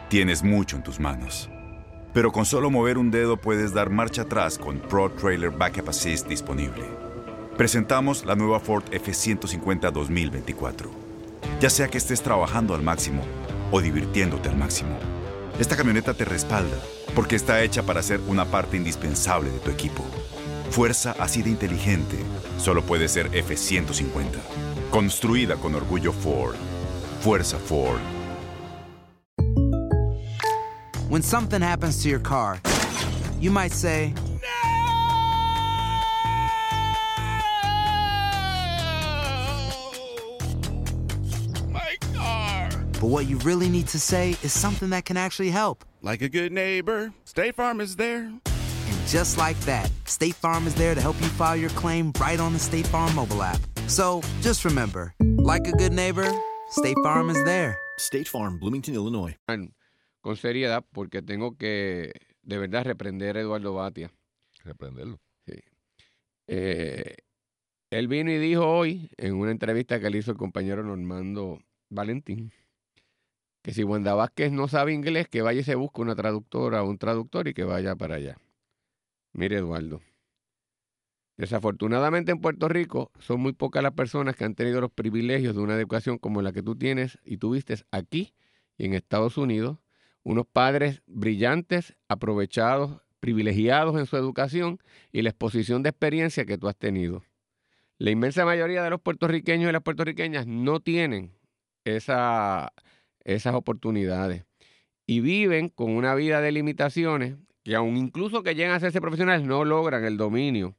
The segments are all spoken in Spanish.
Tienes mucho en tus manos. Pero con solo mover un dedo puedes dar marcha atrás con Pro Trailer Backup Assist disponible. Presentamos la nueva Ford F-150 2024. Ya sea que estés trabajando al máximo o divirtiéndote al máximo, esta camioneta te respalda porque está hecha para ser una parte indispensable de tu equipo. Fuerza así de inteligente solo puede ser F-150. Construida con orgullo Ford. Fuerza Ford. When something happens to your car, you might say, My car! but what you really need to say is something that can actually help. Like a good neighbor, State Farm is there. And just like that, State Farm is there to help you file your claim right on the State Farm mobile app. So just remember, like a good neighbor, State Farm is there. State Farm, Bloomington, Illinois. Con seriedad, porque tengo que de verdad reprender a Eduardo Batia. Reprenderlo. Sí. Él vino y dijo hoy, en una entrevista que le hizo el compañero Normando Valentín, que si Wanda Vázquez no sabe inglés, que vaya y se busque una traductora o un traductor y que vaya para allá. Mire, Eduardo, desafortunadamente en Puerto Rico son muy pocas las personas que han tenido los privilegios de una educación como la que tú tienes y tuviste aquí y en Estados Unidos. Unos padres brillantes, aprovechados, privilegiados en su educación y la exposición de experiencia que tú has tenido. La inmensa mayoría de los puertorriqueños y las puertorriqueñas no tienen esas oportunidades y viven con una vida de limitaciones que aun incluso que llegan a hacerse profesionales no logran el dominio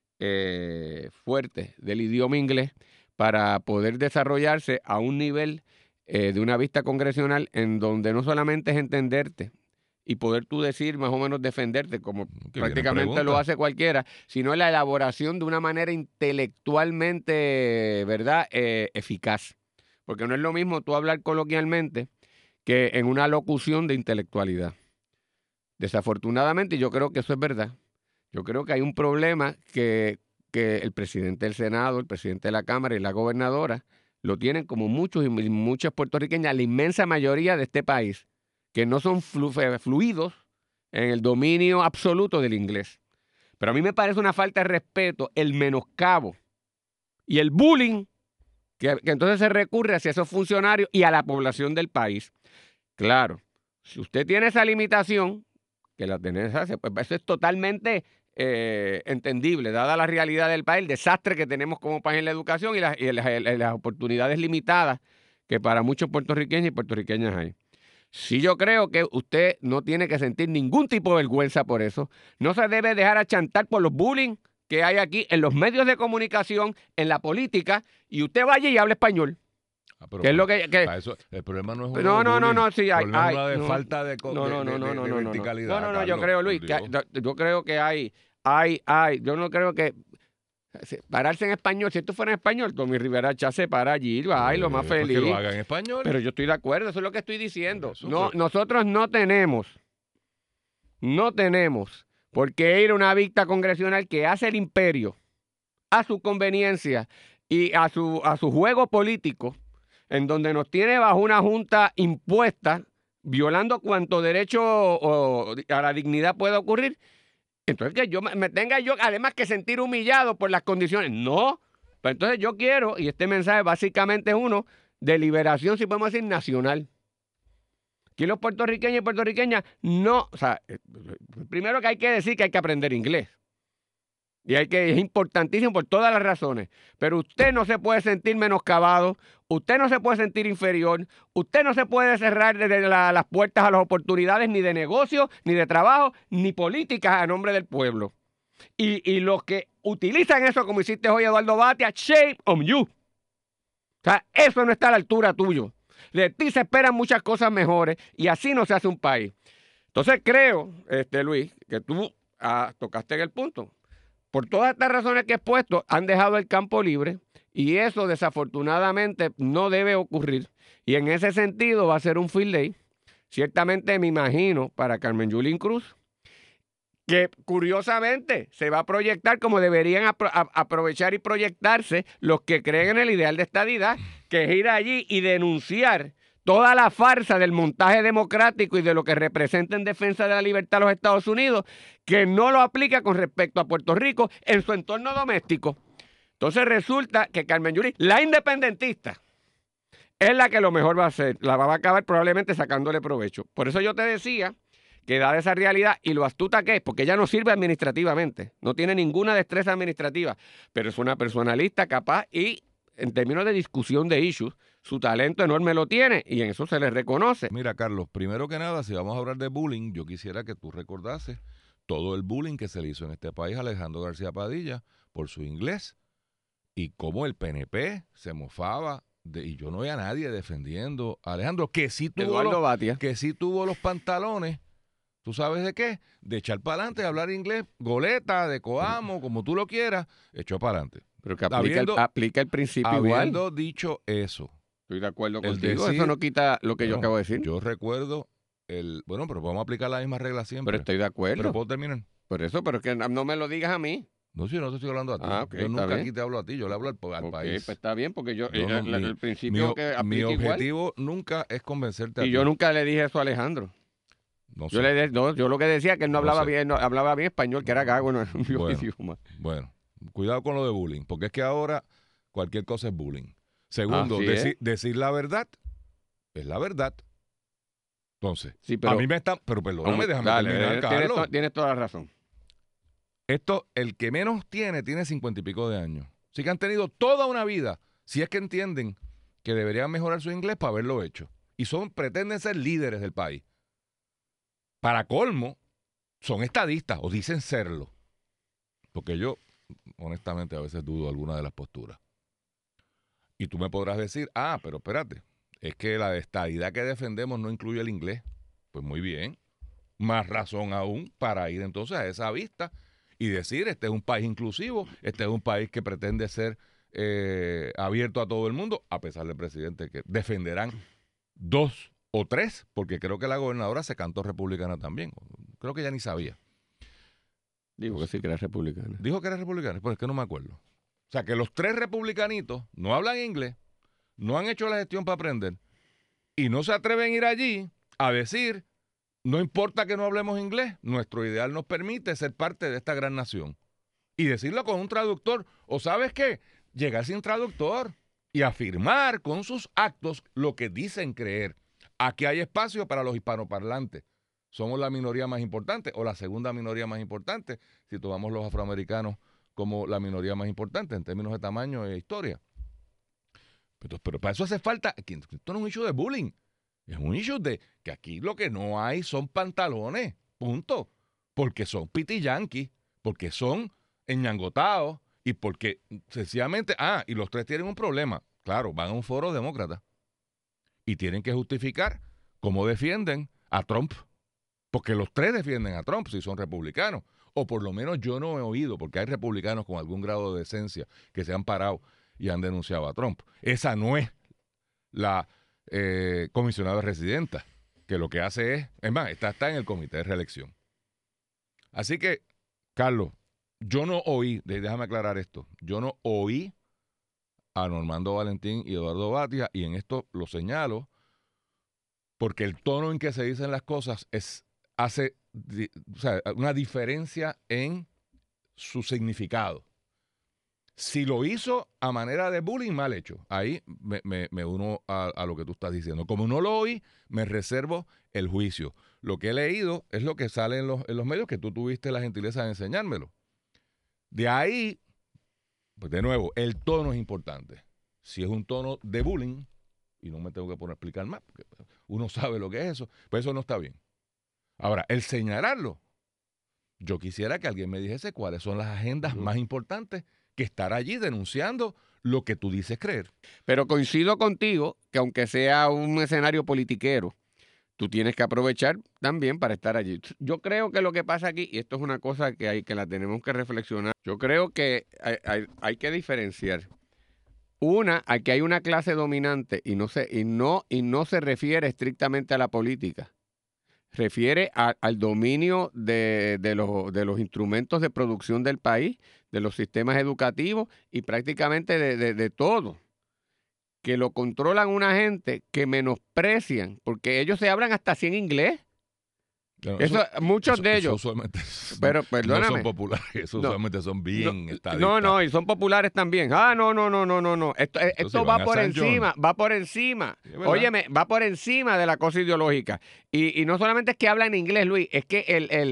fuerte del idioma inglés para poder desarrollarse a un nivel de una vista congresional en donde no solamente es entenderte y poder tú decir, más o menos defenderte, como prácticamente lo hace cualquiera, sino la elaboración de una manera intelectualmente, ¿verdad?, eficaz. Porque no es lo mismo tú hablar coloquialmente que en una locución de intelectualidad. Desafortunadamente, yo creo que eso es verdad. Yo creo que hay un problema que el presidente del Senado, el presidente de la Cámara y la gobernadora lo tienen como muchos y muchas puertorriqueñas, la inmensa mayoría de este país, que no son fluidos en el dominio absoluto del inglés. Pero a mí me parece una falta de respeto el menoscabo y el bullying que entonces se recurre hacia esos funcionarios y a la población del país. Claro, si usted tiene esa limitación, que la tiene, pues eso es totalmente entendible, dada la realidad del país, el desastre que tenemos como país en la educación y las oportunidades limitadas que para muchos puertorriqueños y puertorriqueñas hay. Sí, yo creo que usted no tiene que sentir ningún tipo de vergüenza por eso. No se debe dejar achantar por los bullying que hay aquí en los medios de comunicación, en la política, y usted vaya y hable español. ¿Qué es lo que eso, el problema no es sí, hay falta de verticalidad. No, yo creo, Luis, yo creo que yo no creo que pararse en español, si esto fuera en español, Tommy Rivera Chá se para allí, va y lo más feliz. Que lo haga en español. Pero yo estoy de acuerdo, eso es lo que estoy diciendo. No, nosotros no tenemos por qué ir a una vista congresional que hace el imperio a su conveniencia y a su juego político, en donde nos tiene bajo una junta impuesta, violando cuanto derecho a la dignidad pueda ocurrir. Entonces que yo me tenga yo además que sentir humillado por las condiciones. No, pero entonces yo quiero, y este mensaje básicamente es uno de liberación, si podemos decir, nacional. Aquí los puertorriqueños y puertorriqueñas no, o sea, primero que hay que decir que hay que aprender inglés. Y es importantísimo por todas las razones. Pero usted no se puede sentir menoscabado, usted no se puede sentir inferior, usted no se puede cerrar desde las puertas a las oportunidades ni de negocio, ni de trabajo, ni políticas a nombre del pueblo. Y los que utilizan eso, como hiciste hoy, Eduardo Batia, shame on you. O sea, eso no está a la altura tuyo. De ti se esperan muchas cosas mejores y así no se hace un país. Entonces creo, Luis, que tú tocaste en el punto. Por todas estas razones que he expuesto, han dejado el campo libre y eso desafortunadamente no debe ocurrir. Y en ese sentido va a ser un field day, ciertamente me imagino, para Carmen Yulín Cruz, que curiosamente se va a proyectar como deberían aprovechar y proyectarse los que creen en el ideal de estadidad, que es ir allí y denunciar toda la farsa del montaje democrático y de lo que representa en defensa de la libertad de los Estados Unidos, que no lo aplica con respecto a Puerto Rico en su entorno doméstico. Entonces resulta que Carmen Yulín, la independentista, es la que lo mejor va a hacer, la va a acabar probablemente sacándole provecho. Por eso yo te decía que dada esa realidad y lo astuta que es, porque ella no sirve administrativamente, no tiene ninguna destreza administrativa, pero es una personalista capaz y en términos de discusión de issues, su talento enorme lo tiene y en eso se le reconoce. Mira, Carlos, primero que nada, si vamos a hablar de bullying, yo quisiera que tú recordases todo el bullying que se le hizo en este país a Alejandro García Padilla por su inglés y cómo el PNP se mofaba y yo no veía a nadie defendiendo a Alejandro, que sí tuvo los pantalones. ¿Tú sabes de qué? De echar para adelante, hablar inglés, goleta, de coamo, como tú lo quieras, echó para adelante. Pero que aplica el principio igual. Habiendo dicho eso. Estoy de acuerdo contigo, eso no quita lo que yo acabo de decir. Yo recuerdo bueno, pero podemos aplicar la misma regla siempre. Pero estoy de acuerdo. Pero puedo terminar. Por eso, pero es que no me lo digas a mí. No, si no te estoy hablando a ti. Okay, yo nunca aquí te hablo a ti, yo le hablo al país. Pues está bien, porque el principio que aplica mi objetivo nunca es convencerte a ti. Y yo nunca le dije eso a Alejandro. No sé. Yo lo que decía que él no hablaba bien, hablaba bien español, que era gago en mi idioma. Bueno, cuidado con lo de bullying, porque es que ahora cualquier cosa es bullying. Segundo, decir la verdad es la verdad. Entonces, sí, pero, a mí me están... Pero perdóname, déjame terminar, Carlos. Tienes toda la razón. Esto, el que menos tiene 50 y pico de años. Sí que han tenido toda una vida, si es que entienden que deberían mejorar su inglés para haberlo hecho. Y pretenden ser líderes del país. Para colmo, son estadistas, o dicen serlo. Porque yo, honestamente, a veces dudo alguna de las posturas. Y tú me podrás decir, pero espérate, es que la estadidad que defendemos no incluye el inglés. Pues muy bien. Más razón aún para ir entonces a esa vista y decir, este es un país inclusivo, este es un país que pretende ser abierto a todo el mundo, a pesar del presidente que defenderán 2 o 3, porque creo que la gobernadora se cantó republicana también. Creo que ya ni sabía. Dijo que sí que era republicana. Dijo que era republicana, pues es que no me acuerdo. O sea, que los 3 republicanitos no hablan inglés, no han hecho la gestión para aprender y no se atreven a ir allí a decir, no importa que no hablemos inglés, nuestro ideal nos permite ser parte de esta gran nación. Y decirlo con un traductor, o ¿sabes qué? Llegar sin traductor y afirmar con sus actos lo que dicen creer. Aquí hay espacio para los hispanoparlantes. Somos la minoría más importante o la segunda minoría más importante si tomamos los afroamericanos como la minoría más importante en términos de tamaño e historia. Pero para eso hace falta, esto no es un issue de bullying, es un issue de que aquí lo que no hay son pantalones, punto, porque son pitiyanquis, porque son enñangotados y porque sencillamente, y los 3 tienen un problema, claro, van a un foro demócrata y tienen que justificar cómo defienden a Trump, porque los 3 defienden a Trump si son republicanos, o por lo menos yo no he oído, porque hay republicanos con algún grado de decencia que se han parado y han denunciado a Trump. Esa no es la comisionada residenta, que lo que hace es más, está en el comité de reelección. Así que, Carlos, yo no oí, déjame aclarar esto, yo no oí a Normando Valentín y Eduardo Batia, y en esto lo señalo, porque el tono en que se dicen las cosas hace una diferencia en su significado. Si lo hizo a manera de bullying, mal hecho. Ahí me uno a lo que tú estás diciendo. Como no lo oí, me reservo el juicio. Lo que he leído es lo que sale en los medios, que tú tuviste la gentileza de enseñármelo. De ahí, pues de nuevo, el tono es importante. Si es un tono de bullying, y no me tengo que poner a explicar más, porque uno sabe lo que es eso, pues eso no está bien. Ahora, el señalarlo, yo quisiera que alguien me dijese cuáles son las agendas más importantes que estar allí denunciando lo que tú dices creer. Pero coincido contigo que aunque sea un escenario politiquero, tú tienes que aprovechar también para estar allí. Yo creo que lo que pasa aquí, y esto es una cosa que la tenemos que reflexionar, yo creo que hay que diferenciar. Aquí hay una clase dominante y no se refiere estrictamente a la política. Refiere al dominio de los instrumentos de producción del país, de los sistemas educativos y prácticamente de todo. que lo controlan una gente que menosprecian, porque ellos se hablan hasta así en inglés. Bueno, Muchos de ellos. Usualmente Pero perdóname. no son populares, eso usualmente son bien estadistas. No, y son populares también. No. Esto va por encima, va por encima. Sí, Óyeme, va por encima de la cosa ideológica. Y no solamente es que habla en inglés, Luis, es que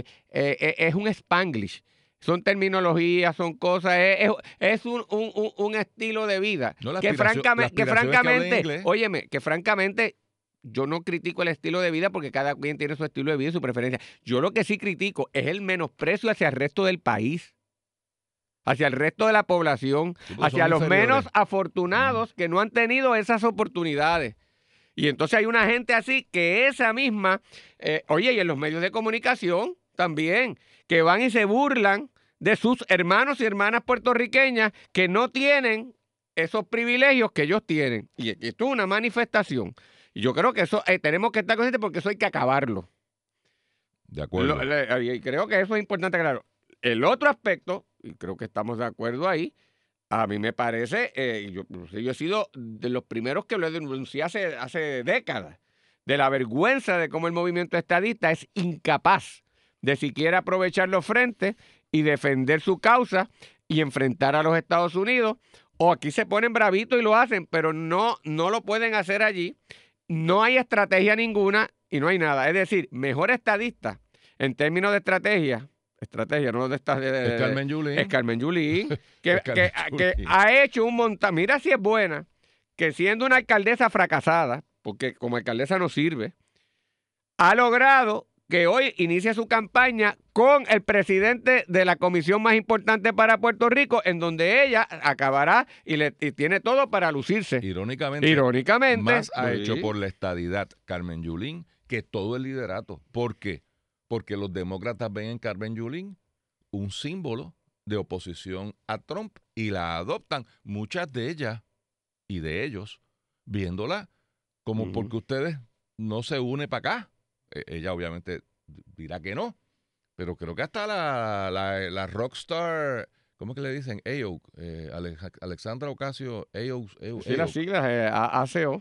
es un Spanglish. Son terminologías, son cosas, es un estilo de vida. No, que francamente, óyeme, que francamente yo no critico el estilo de vida porque cada quien tiene su estilo de vida y su preferencia. Yo lo que sí critico es el menosprecio hacia el resto del país, hacia el resto de la población, hacia los menos afortunados que no han tenido esas oportunidades. Y entonces hay una gente así que esa misma, y en los medios de comunicación también, que van y se burlan de sus hermanos y hermanas puertorriqueñas que no tienen esos privilegios que ellos tienen. Y esto es una manifestación. Y yo creo que eso tenemos que estar conscientes porque eso hay que acabarlo. De acuerdo. Y creo que eso es importante, claro. El otro aspecto, y creo que estamos de acuerdo ahí, a mí me parece, yo he sido de los primeros que lo denuncié hace décadas, de la vergüenza de cómo el movimiento estadista es incapaz de siquiera aprovechar los frentes y defender su causa y enfrentar a los Estados Unidos. O aquí se ponen bravitos y lo hacen, pero no lo pueden hacer allí. No hay estrategia ninguna y no hay nada. Es decir, mejor estadista en términos de estrategia, no de estas... Es Carmen Yulín. Es Carmen Yulín, que ha hecho un montón... Mira si es buena, que siendo una alcaldesa fracasada, porque como alcaldesa no sirve, ha logrado que hoy inicie su campaña con el presidente de la comisión más importante para Puerto Rico, en donde ella acabará y tiene todo para lucirse. Irónicamente. Más ha hecho por la estadidad Carmen Yulín que todo el liderato. ¿Por qué? Porque los demócratas ven en Carmen Yulín un símbolo de oposición a Trump y la adoptan, muchas de ellas y de ellos, viéndola como porque ustedes no se une para acá. Ella obviamente dirá que no, pero creo que hasta la rockstar, ¿cómo que le dicen? Alexandra Ocasio, Sí, las siglas, ACO.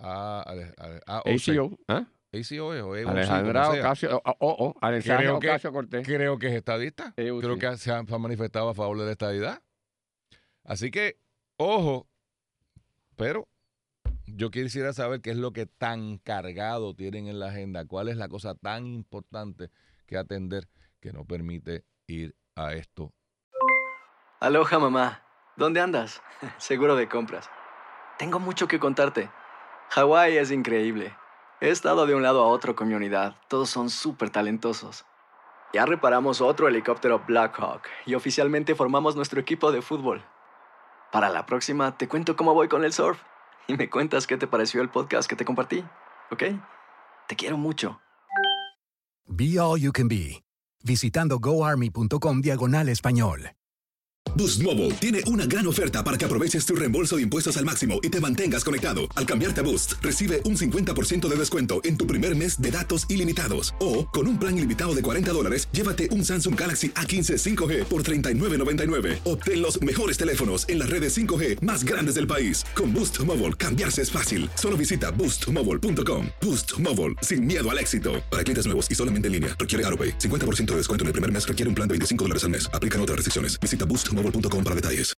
ACO, ¿ah? ACO o Alejandra Ocasio, Alexandra Ocasio Cortés. Creo que es estadista. Creo que se han manifestado a favor de la estadidad. Así que, ojo, pero yo quisiera saber qué es lo que tan cargado tienen en la agenda, cuál es la cosa tan importante que atender que no permite ir a esto. Aloha, mamá. ¿Dónde andas? Seguro de compras. Tengo mucho que contarte. Hawái es increíble. He estado de un lado a otro con mi unidad. Todos son súper talentosos. Ya reparamos otro helicóptero Blackhawk y oficialmente formamos nuestro equipo de fútbol. Para la próxima te cuento cómo voy con el surf. Y me cuentas qué te pareció el podcast que te compartí, ¿ok? Te quiero mucho. Be All You Can Be. Visitando goarmy.com/español. Boost Mobile tiene una gran oferta para que aproveches tu reembolso de impuestos al máximo y te mantengas conectado. Al cambiarte a Boost, recibe un 50% de descuento en tu primer mes de datos ilimitados. O, con un plan ilimitado de $40, llévate un Samsung Galaxy A15 5G por $39.99. Obtén los mejores teléfonos en las redes 5G más grandes del país. Con Boost Mobile, cambiarse es fácil. Solo visita boostmobile.com. Boost Mobile, sin miedo al éxito. Para clientes nuevos y solamente en línea, requiere AutoPay. 50% de descuento en el primer mes requiere un plan de $25 al mes. Aplican otras restricciones. Visita boostmobile.com para detalles.